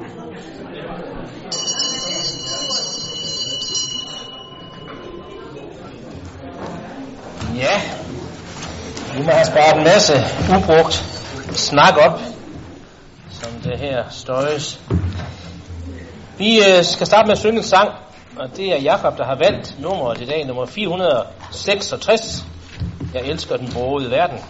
Ja, vi må have sparet en masse ubrugt snak op, som det her støjes. Vi skal starte med at synge en sang, og det er Jakob, der har valgt nummeret i dag, nummer 466. Jeg elsker den brogede verden.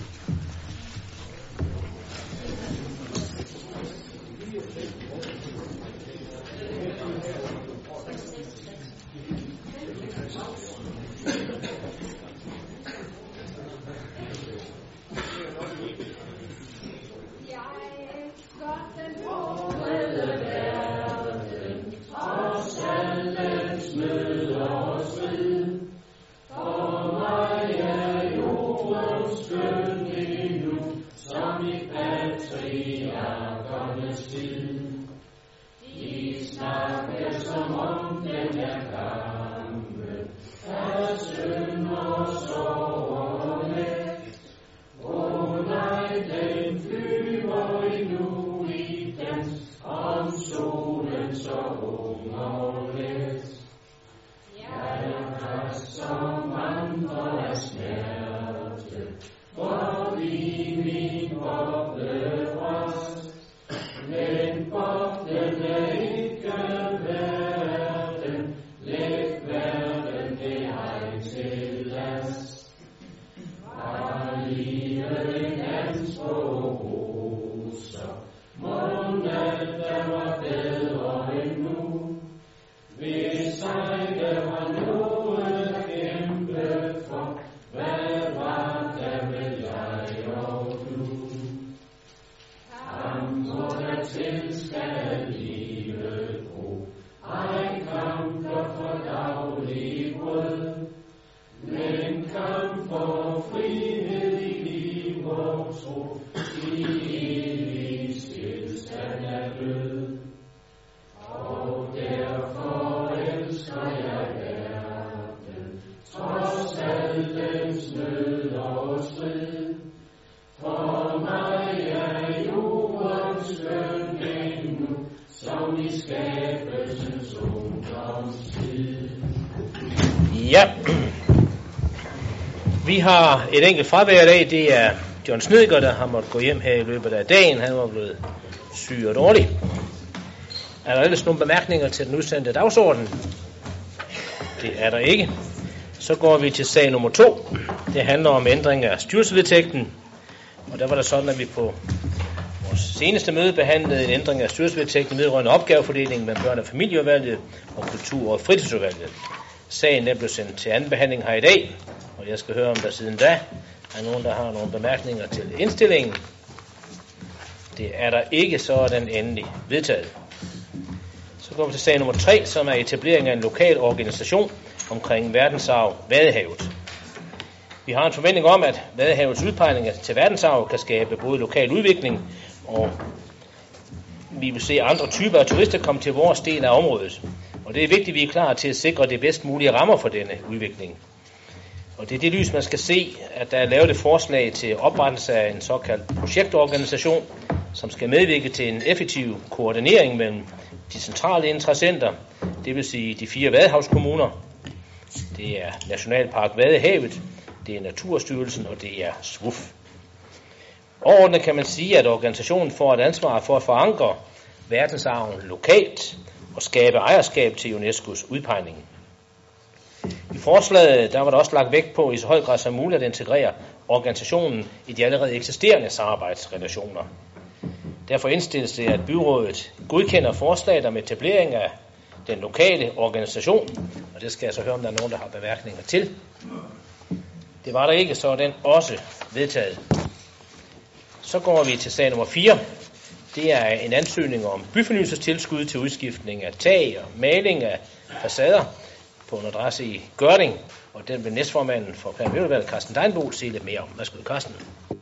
Ja, vi har et enkelt fravær i dag. Det er John Snedgaard, der har måttet gå hjem her i løbet af dagen. Han var blevet syg og dårlig. Er der ellers nogle bemærkninger til den udsendte dagsorden? Det er der ikke. Så går vi til sag nummer 2. Det handler om ændring af styrelsevedtægten. Og der var der sådan, at vi på vores seneste møde behandlede en ændring af styrelsevedtægten vedrørende opgavefordelingen mellem børne- og familieudvalget og kultur- og fritidsudvalget. Sagen er blevet sendt til anden behandling her i dag, og jeg skal høre, om der siden da er nogen, der har nogle bemærkninger til indstillingen. Det er der ikke, så er den endelig vedtaget. Så går vi til sag nummer 3, som er etablering af en lokal organisation omkring verdensarv Vadehavet. Vi har en forventning om, at Vadehavets udpegninger til verdensarv kan skabe både lokal udvikling, og vi vil se andre typer af turister komme til vores del af området. Og det er vigtigt, at vi er klar til at sikre det bedst mulige rammer for denne udvikling. Og det er det lys, man skal se, at der er lavet et forslag til oprettelse af en såkaldt projektorganisation, som skal medvirke til en effektiv koordinering mellem de centrale interessenter, det vil sige de 4 vadehavskommuner. Det er Nationalpark Vadehavet, det er Naturstyrelsen og det er SWUF. Overordnet kan man sige, at organisationen får et ansvar for at forankre verdensarven lokalt og skabe ejerskab til UNESCO's udpegning. I forslaget der var der også lagt vægt på i så høj grad som muligt at integrere organisationen i de allerede eksisterende samarbejdsrelationer. Derfor indstilles det, at byrådet godkender forslaget om etablering af den lokale organisation, og det skal jeg så høre, om der er nogen, der har bemærkninger til. Det var der ikke, så er den også vedtaget. Så går vi til sag nummer 4. Det er en ansøgning om byfornyelsestilskud til udskiftning af tag og maling af facader på en adresse i Gørding, og den vil næstformanden for Plan- og Miljøudvalget, Carsten Deinbo, sige lidt mere om. Værsgo, Carsten.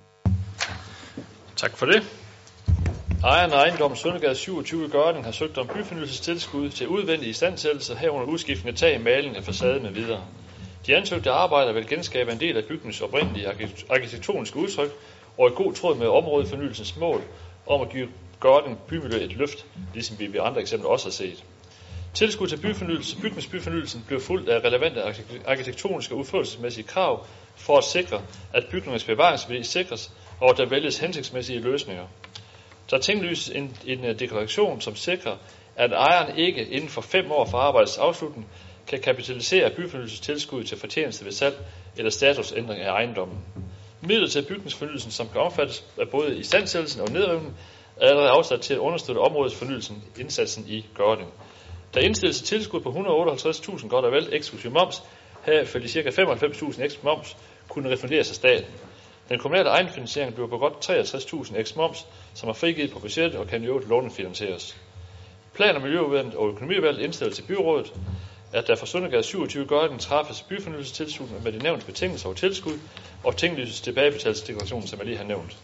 Tak for det. Ejeren af ejendommen Søndergade 27 i Gørding har søgt om byfornyelsestilskud til udvendig istandsættelse herunder udskiftning af tag, maling af facade med videre. De ansøgte arbejder vil genskabe en del af bygningens oprindelige arkitektoniske udtryk og i god tråd med områdefornyelsens mål om at give Gørding bymiljø et løft, ligesom vi ved andre eksempler også har set. Tilskud til bygningsbyfornyelsen blev fulgt af relevante arkitektoniske og udførelsesmæssige krav for at sikre, at bygningernes bevaringsværdi sikres, og at der vælges hensigtsmæssige løsninger. Der tinglyses en deklaration, som sikrer, at ejeren ikke inden for 5 år fra arbejdets afslutning kan kapitalisere byfornyelsestilskud til fortjeneste ved salg eller statusændring af ejendommen. Midler til bygningsfornyelsen, som kan omfattes af både istandsættelsen og nedrivningen, er allerede afsat til at understøtte områdets fornyelsen, indsatsen i Gørding. Der indstilles et tilskud på 158.000 godt og vel eksklusiv moms, herfor de ca. 95.000 ekstra moms kunne refunderes af staten. Den kommunale egenfinansiering bliver på godt 63.000 ekstra moms, som er frigivet på budgettet og kan i øvrigt lånefinansieres. Plan- og Miljøudvalget og Økonomiudvalget indstiller til byrådet, at der for Søndergade 27 Gørding træffes byfornyelsestilskud med de nævnte betingelser og tilskud, og tinglyses tilbagebetalingsdeklarationen, som jeg lige har nævnt.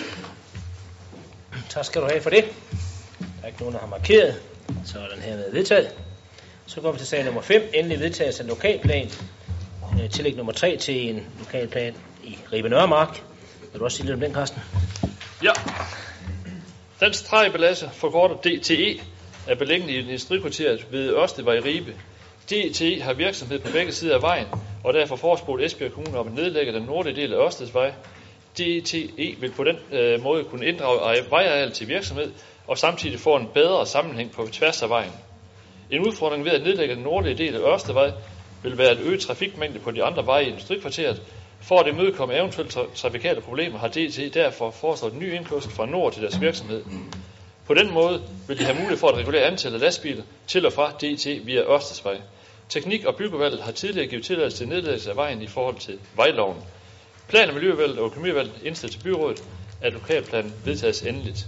Tak skal du have for det. Der er ikke nogen, der har markeret, så er den her med vedtaget. Så går vi til sag nummer 5, endelig vedtagelse af lokalplan. Tillæg nummer 3 til en lokalplan i Ribe Nørremark. Vil du også sige lidt om den, Carsten? Ja. Dansk Træemballage, forkortet DTE, er beliggende i industrikvarteret ved Ørstedvej i Ribe. DTE har virksomhed på begge sider af vejen, og derfor forespurgte Esbjerg Kommune om at nedlægge den nordlige del af Ørstedsvej. DTE vil på den måde kunne inddrage vejareal til virksomhed og samtidig få en bedre sammenhæng på tværs af vejen. En udfordring ved at nedlægge den nordlige del af Ørstedvej vil være at øge trafikmængde på de andre veje i industrikvarteret. For at imødekomme eventuelle trafikale problemer har DTE derfor foreslået en ny indkørsel fra nord til deres virksomhed. På den måde vil de have mulighed for at regulere antallet af lastbiler til og fra DTE via Ørstedsvej. Teknik- og byggeudvalget har tidligere givet tilladelse til nedlæggelse af vejen i forhold til vejloven. Plan- og Miljøudvalget og Økonomiudvalget indstiller til byrådet, at lokalplanen vedtages endeligt.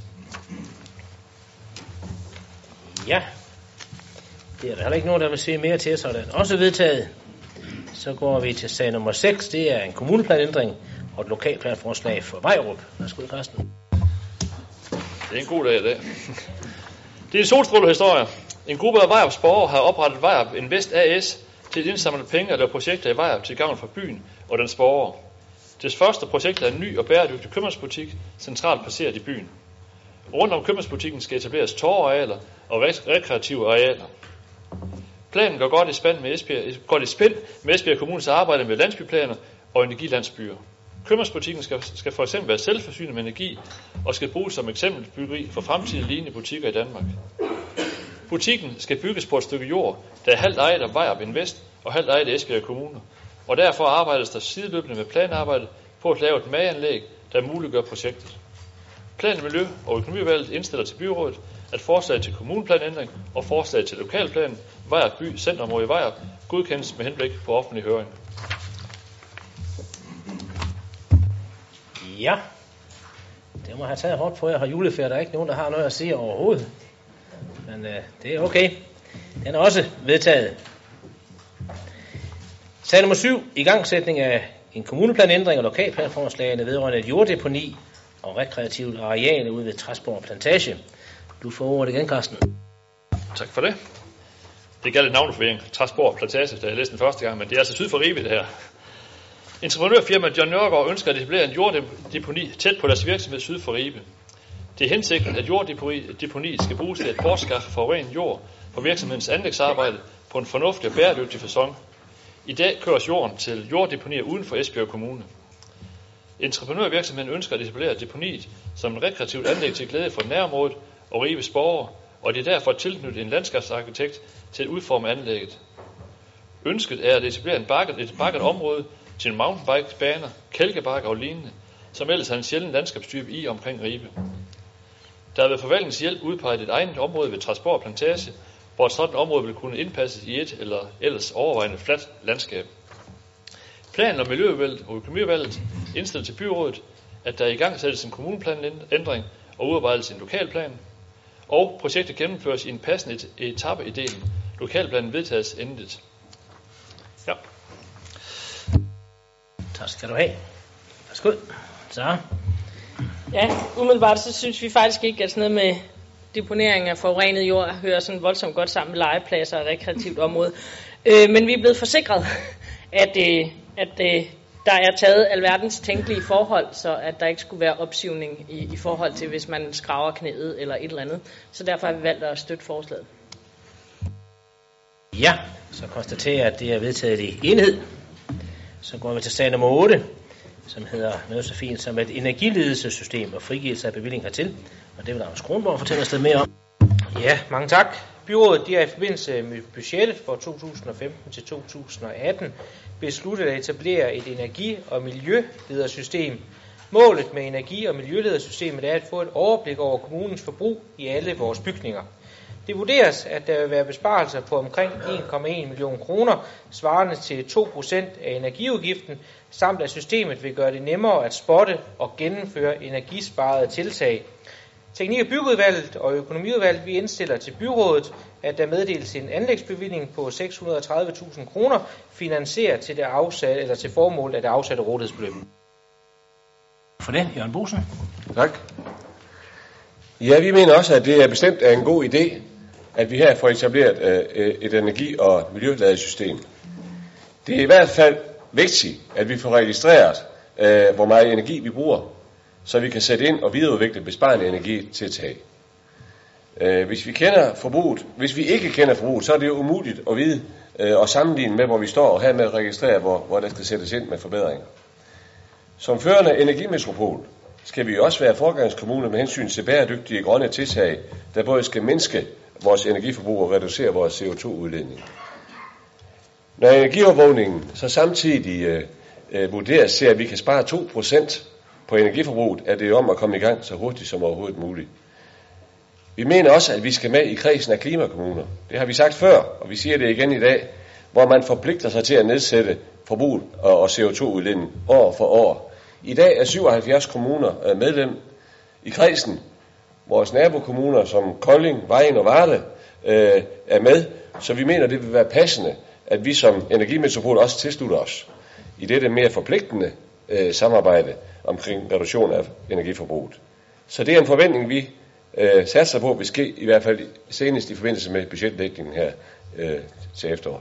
Ja, det er der heller ikke nogen, der vil sige mere til, så den også vedtaget. Så går vi til sag nummer 6, det er en kommuneplanændring og et lokalplanforslag for Vejrup. Værsgo, Carsten. Det er en god dag i dag. Det er en solstrålehistorie. En gruppe af Vejrups borgere har oprettet Vejrup Invest AS til at indsamle penge og lave projekter i Vejrup til gavn for byen og dens borgere. Dets første projekt er en ny og bæredygtig købmandsbutik, centralt placeret i byen. Rundt om købmandsbutikken skal etableres torvearealer og rekreative arealer. Planen går godt i spænd med Esbjerg Kommunes arbejde med landsbyplaner og energilandsbyer. Købmandsbutikken skal for eksempel være selvforsynende med energi og skal bruges som eksempelbyggeri for fremtidige lignende butikker i Danmark. Butikken skal bygges på et stykke jord, der er halvt ejet af Vejrup Invest og halvt ejet af Esbjerg Kommune, og derfor arbejdes der sideløbende med planarbejdet på at lave et mageanlæg, der muliggør projektet. Plan-, Miljø- og Økonomiudvalget indstiller til byrådet, at forslag til kommuneplanændring og forslag til lokalplanen Vejrup By Centerområde i Vejrup godkendes med henblik på offentlig høring. Ja, det må have taget hårdt på. Jeg har juleferie, der er ikke nogen, der har noget at sige overhovedet. Men det er okay. Den er også vedtaget. Sag nummer 7. Igangsætning af en kommuneplanændring og lokalplanforslagene vedrørende et jorddeponi og rekreativt areal ude ved Træsborg Plantage. Du får ordet igen, Carsten. Tak for det. Det gælder navneforvirring. Træsborg Plantage, da jeg læste den første gang, men det er altså syd for Ribe, det her. Entreprenørfirmaet John Nørgaard ønsker at etablere en jorddeponi tæt på deres virksomhed syd for Ribe. Det er hensigten, at jorddeponiet skal bruges til at bortskaffe forurenet jord på virksomhedens anlægsarbejde på en fornuftig og bæredygtig facon. I dag køres jorden til jorddeponier uden for Esbjerg Kommune. Entreprenørvirksomheden ønsker at etablere deponiet som et rekreativt anlæg til glæde for nærområdet og Ribes borgere, og det er derfor tilknyttet en landskabsarkitekt til at udforme anlægget. Ønsket er at etablere et bakket område til mountainbikebaner, kælkebakker og lignende, som ellers er en sjælden landskabstype i omkring Ribe. Der er ved forvaltningens hjælp udpeget et egnet område ved Træsborg Plantage, hvor et sådan område vil kunne indpasses i et eller ellers overvejende fladt landskab. Plan- og Miljøudvalget og Økonomiudvalget indstiller til byrådet, at der i gang sættes en kommuneplanændring og udarbejdes en lokalplan, og projektet gennemføres i en passende etape i delen. Lokalplanen vedtages endeligt. Ja. Tak skal du have. Værsgo. Så. Ja, umiddelbart så synes vi faktisk ikke, at sådan noget med deponering af forurenet jord hører sådan voldsomt godt sammen med legepladser og rekreativt område. Men vi er blevet forsikret, at der er taget alverdens tænkelige forhold, så at der ikke skulle være opsivning i forhold til, hvis man skraver knæet eller et eller andet. Så derfor har vi valgt at støtte forslaget. Ja, så konstaterer jeg, at det er vedtaget i enhed. Så går vi til sag nummer 8, som hedder noget så fint som et energiledelsessystem og frigivelse af bevilling hertil. Og det vil Anders Kronborg fortælle os lidt mere om. Ja, mange tak. Byrådet har i forbindelse med budgettet for 2015 til 2018 besluttet at etablere et energi- og miljøledersystem. Målet med energi- og miljøledersystemet er at få et overblik over kommunens forbrug i alle vores bygninger. Det vurderes, at der vil være besparelser på omkring 1,1 million kroner, svarende til 2% af energiudgiften, samt at systemet vil gøre det nemmere at spotte og gennemføre energisparede tiltag. Teknik- og byggeudvalget og økonomiudvalget vi indstiller til byrådet, at der meddeles en anlægsbevilling på 630.000 kroner, finansieret til det afsatte, eller til formål af det afsatte rådighedsbeløb. For det, Jørgen Bosen. Tak. Ja, vi mener også, at det er bestemt er en god idé, at vi her får etableret et energi- og miljøladesystem. Det er i hvert fald vigtigt, at vi får registreret, hvor meget energi vi bruger, så vi kan sætte ind og videreudvikle besparende energitiltag. Hvis vi ikke kender forbruget, så er det jo umuligt at vide og sammenligne med, hvor vi står, og hermed registrere, hvor der skal sættes ind med forbedringer. Som førende energimetropol skal vi også være foregangskommune med hensyn til bæredygtige grønne tiltag, der både skal mindske vores energiforbrug og reducere vores CO2-udledning. Når energiovervågningen så samtidig vurderes til, at vi kan spare 2% på energiforbruget, er det jo om at komme i gang så hurtigt som overhovedet muligt. Vi mener også, at vi skal med i kredsen af klimakommuner. Det har vi sagt før, og vi siger det igen i dag, hvor man forpligter sig til at nedsætte forbrug og CO2-udledning år for år. I dag er 77 kommuner medlem i kredsen. Vores nabokommuner som Kolding, Vejen og Varde er med, så vi mener, det vil være passende, at vi som energimetropol også tilslutter os i dette mere forpligtende samarbejde omkring reduktion af energiforbruget. Så det er en forventning, vi satser på, vil ske i hvert fald senest i forbindelse med budgetlægningen her til efteråret.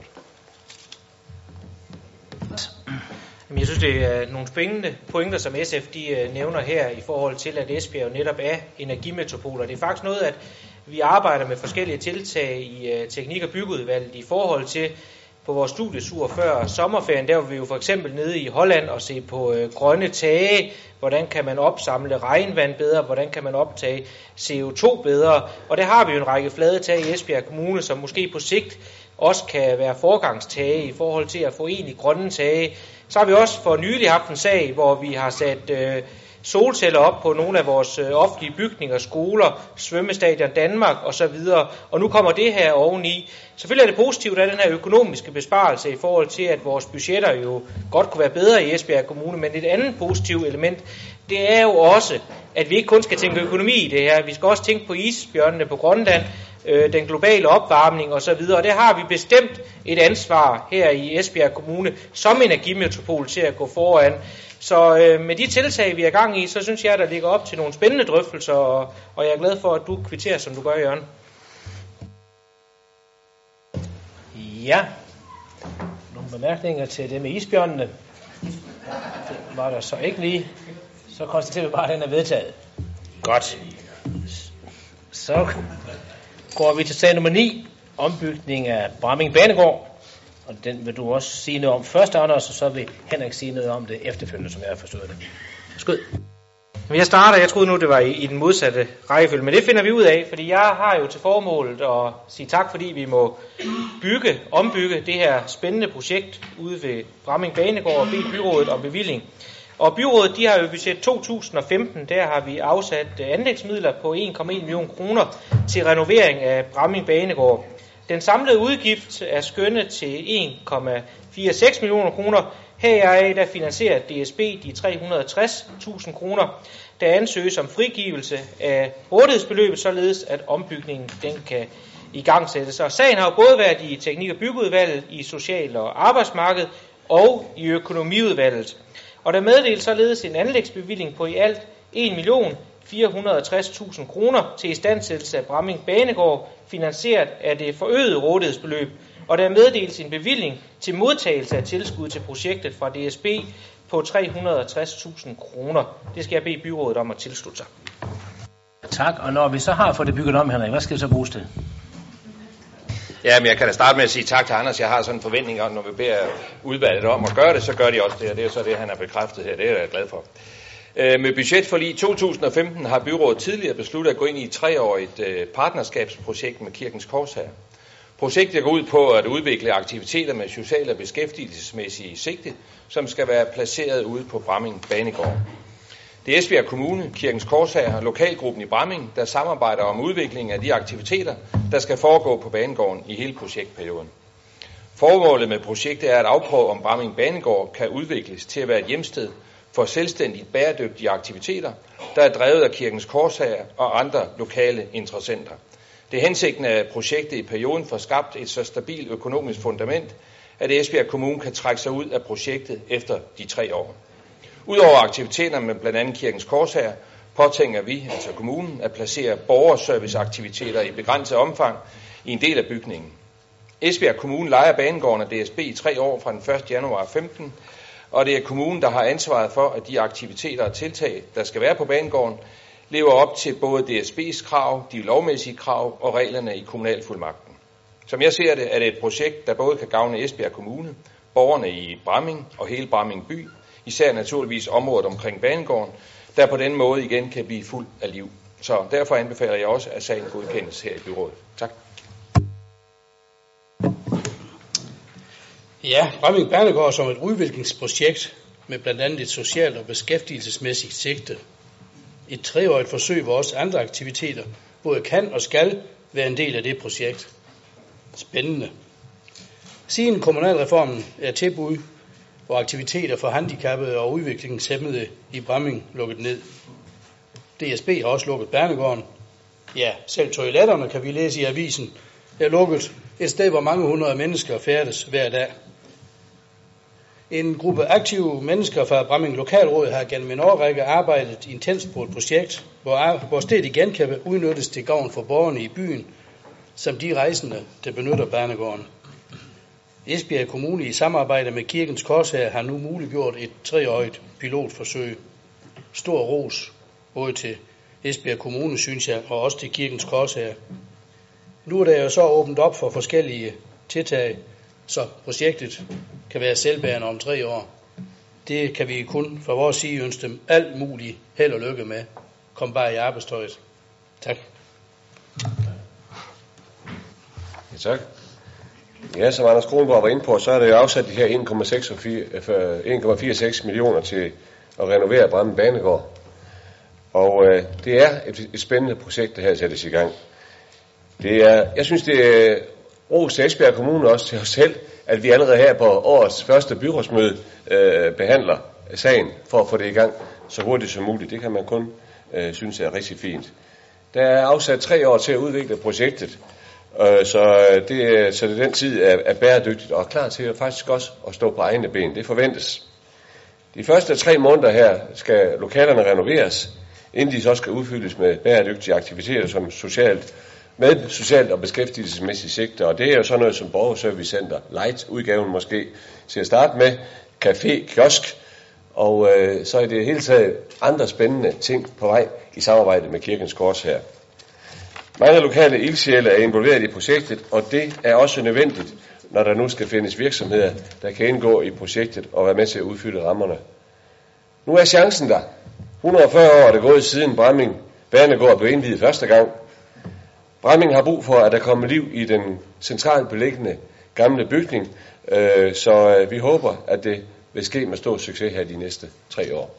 Jeg synes, det er nogle spændende pointer, som SF de nævner her i forhold til, at Esbjerg netop er energimetropoler. Det er faktisk noget, at vi arbejder med forskellige tiltag i teknik- og byggeudvalget i forhold til på vores studietur før sommerferien. Der var vi jo for eksempel nede i Holland og se på grønne tage. Hvordan kan man opsamle regnvand bedre? Hvordan kan man optage CO2 bedre? Og der har vi jo en række flade tage i Esbjerg Kommune, som måske på sigt også kan være forgangstage i forhold til at få egentlig grønne tage. Så har vi også for nylig haft en sag, hvor vi har sat solceller op på nogle af vores offentlige bygninger, skoler, svømmestadion Danmark osv. Og nu kommer det her oveni. Selvfølgelig er det positivt, at den her økonomiske besparelse i forhold til, at vores budgetter jo godt kunne være bedre i Esbjerg Kommune, men et andet positivt element, det er jo også, at vi ikke kun skal tænke økonomi i det her, vi skal også tænke på isbjørnene på Grønland, den globale opvarmning osv. Og der har vi bestemt et ansvar her i Esbjerg Kommune som energimetropol til at gå foran. Så med de tiltag, vi er i gang i, så synes jeg, der ligger op til nogle spændende drøftelser, og jeg er glad for, at du kvitterer, som du gør, Jørgen. Ja, nogle bemærkninger til det med isbjørnene. Det var der så ikke lige. Så konstaterer vi bare, at den er vedtaget. Godt. Så går vi til sag nummer 9, ombygning af Bramming Banegård. Og den vil du også sige noget om først, Anders, og så vil Henrik sige noget om det efterfølgende, som jeg har forstået det. Skød. Jeg troede nu, det var i den modsatte rækkefølge, men det finder vi ud af, fordi jeg har jo til formålet at sige tak, fordi vi må ombygge det her spændende projekt ude ved Bramming Banegård og bede byrådet om bevilling. Og byrådet, de har jo budget 2015, der har vi afsat anlægsmidler på 1,1 million kroner til renovering af Bramming Banegård. Den samlede udgift er skønnet til 1,46 millioner kroner. Heraf der finansierer DSB de 360.000 kroner. Der ansøges om frigivelse af rådighedsbeløbet, således at ombygningen den kan igangsættes. Og sagen har jo både været i teknik- og byggeudvalget, i social- og arbejdsmarked og i økonomiudvalget. Og der meddeles således en anlægsbevilling på i alt 1.460.000 kroner til istandsættelse af Bramming Banegård, finansieret af det forøgede rådighedsbeløb. Og der meddeles en bevilling til modtagelse af tilskud til projektet fra DSB på 360.000 kroner. Det skal jeg bede byrådet om at tilslutte sig. Tak, og når vi så har fået det bygget om, Henrik, hvad skal det så bruges til? Ja, men jeg kan da starte med at sige tak til Anders. Jeg har sådan en forventning om, når vi beder udvalget om at gøre det, så gør de også det, og det er så det, han har bekræftet her. Det er jeg glad for. Med budgetforlig 2015 har byrådet tidligere besluttet at gå ind i et 3-årigt partnerskabsprojekt med Kirkens Korshær. Projektet går ud på at udvikle aktiviteter med sociale og beskæftigelsesmæssige sigte, som skal være placeret ude på Bramming Banegård. Det er Esbjerg Kommune, Kirkens Korshær og lokalgruppen i Bramming, der samarbejder om udviklingen af de aktiviteter, der skal foregå på banegården i hele projektperioden. Formålet med projektet er at afprøve, om Bramming Banegård kan udvikles til at være et hjemsted for selvstændigt bæredygtige aktiviteter, der er drevet af Kirkens Korshær og andre lokale interessenter. Det er hensigten af projektet i perioden får skabt et så stabilt økonomisk fundament, at Esbjerg Kommune kan trække sig ud af projektet efter de 3 år. Udover aktiviteterne med blandt andet Kirkens Korshær, påtænker vi, altså kommunen, at placere borgerserviceaktiviteter i begrænset omfang i en del af bygningen. Esbjerg Kommune lejer banegården af DSB i 3 år fra den 1. januar 15, og det er kommunen, der har ansvaret for, at de aktiviteter og tiltag, der skal være på banegården, lever op til både DSB's krav, de lovmæssige krav og reglerne i kommunalfuldmagten. Som jeg ser det, er det et projekt, der både kan gavne Esbjerg Kommune, borgerne i Bramming og hele Bramming by, især naturligvis området omkring banegården, der på den måde igen kan blive fuld af liv. Så derfor anbefaler jeg også, at sagen godkendes her i byrådet. Tak. Ja, Bramming Banegård som et udviklingsprojekt med blandt andet et socialt og beskæftigelsesmæssigt sigte. Et 3-årigt forsøg, hvor også andre aktiviteter både kan og skal være en del af det projekt. Spændende. Siden kommunalreformen er tilbud, hvor aktiviteter for handicappede og udviklingshæmmede i Bramming lukket ned. DSB har også lukket banegården. Ja, selv toiletterne, kan vi læse i avisen, er lukket. Et sted, hvor mange hundrede mennesker færdes hver dag. En gruppe aktive mennesker fra Bramming Lokalråd har gennem en årrække arbejdet intenst på et projekt, hvor stedet igen kan udnyttes til gavn for borgerne i byen, som de rejsende, der benytter banegården. Esbjerg Kommune i samarbejde med Kirkens Korshær har nu muliggjort et 3-årigt pilotforsøg. Stor ros både til Esbjerg Kommune, synes jeg, og også til Kirkens Korshær. Nu er der jo så åbent op for forskellige tiltag, så projektet kan være selvbærende om 3 år. Det kan vi kun fra vores side ønske dem alt muligt held og lykke med. Kom bare i arbejdstøjet. Tak. Ja, tak. Ja, som Anders Kronborg var inde på, så er der jo afsat de her 1,46 millioner til at renovere Bramming Banegård. Og det er et spændende projekt, der her sættes i gang. Jeg synes, det er ros til Esbjerg Kommune også til os selv, at vi allerede her på årets første byrådsmøde behandler sagen for at få det i gang så hurtigt som muligt. Det kan man kun synes er rigtig fint. Der er afsat 3 år til at udvikle projektet, så det den tid er bæredygtigt og er klar til at faktisk også at stå på egne ben. Det forventes. De første 3 måneder her skal lokalerne renoveres, inden de så skal udfyldes med bæredygtige aktiviteter som socialt og beskæftigelsesmæssigt sigte. Og det er jo sådan noget som borgerservicecenter, light-udgaven måske til at starte med, café, kiosk, og så er det hele taget andre spændende ting på vej i samarbejde med Kirkens Korshær. Mange lokale ildsjæle er involveret i projektet, og det er også nødvendigt, når der nu skal findes virksomheder, der kan indgå i projektet og være med til at udfylde rammerne. Nu er chancen der. 140 år er det gået siden Bramming Banegård blev indviet første gang. Bramming har brug for, at der kommer liv i den centralt beliggende gamle bygning, så vi håber, at det vil ske med stor succes her de næste 3 år.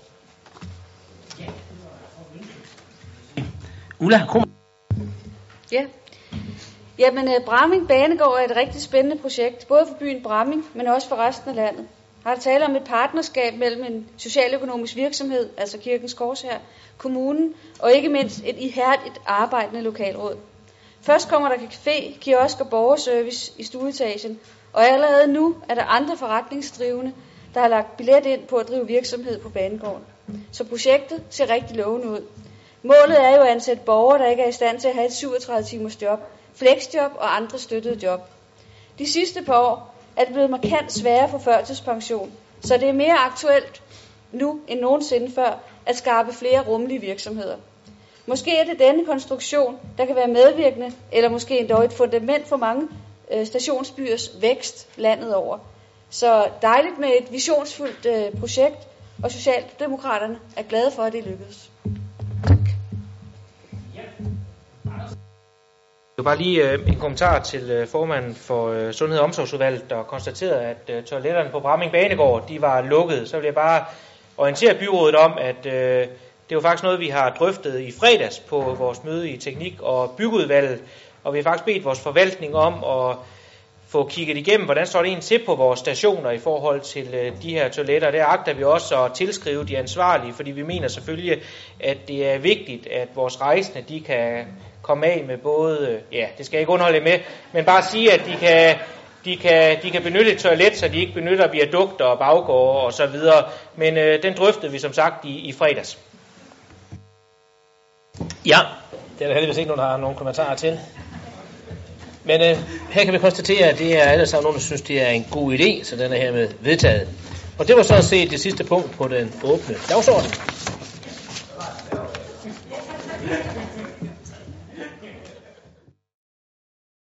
Ulla, kom. Ja. Jamen, Bramming Banegård er et rigtig spændende projekt, både for byen Bramming, men også for resten af landet. Her er tale om et partnerskab mellem en socialøkonomisk virksomhed, altså Kirkens Korshær, kommunen og ikke mindst et ihærdigt arbejdende lokalråd. Først kommer der café, kiosk og borgerservice i stueetagen, og allerede nu er der andre forretningsdrivende, der har lagt billet ind på at drive virksomhed på banegården. Så projektet ser rigtig lovende ud. Målet er jo at ansætte borgere, der ikke er i stand til at have et 37-timers job, flexjob og andre støttede job. De sidste par år er det blevet markant sværere for førtidspension, så det er mere aktuelt nu end nogensinde før at skabe flere rummelige virksomheder. Måske er det denne konstruktion, der kan være medvirkende, eller måske endda et fundament for mange stationsbyers vækst landet over. Så dejligt med et visionsfuldt projekt, og Socialdemokraterne er glade for, at det lykkedes. Det var bare lige en kommentar til formanden for Sundhed- og Omsorgsudvalget, der konstaterede, at toiletterne på Bramming Banegård, de var lukkede. Så vil jeg bare orientere byrådet om, at det var faktisk noget, vi har drøftet i fredags på vores møde i Teknik- og Byggeudvalget, og vi har faktisk bedt vores forvaltning om at få kigget igennem, hvordan står det egentlig til på vores stationer i forhold til de her toiletter. Der agter vi også at tilskrive de ansvarlige, fordi vi mener selvfølgelig, at det er vigtigt, at vores rejsende, de kan komme af med både, ja, det skal jeg ikke underholde med, men bare sige, at de kan benytte et toilet, så de ikke benytter viadukter og baggårde og så videre. Men den drøftede vi som sagt i fredags. Ja, det er der heldigvis ikke nogen, der har nogen kommentarer til. Men her kan vi konstatere, at det er alle sammen nogen, der synes, det er en god idé, så den er hermed vedtaget. Og det var så at se det sidste punkt på den åbne dagsorden.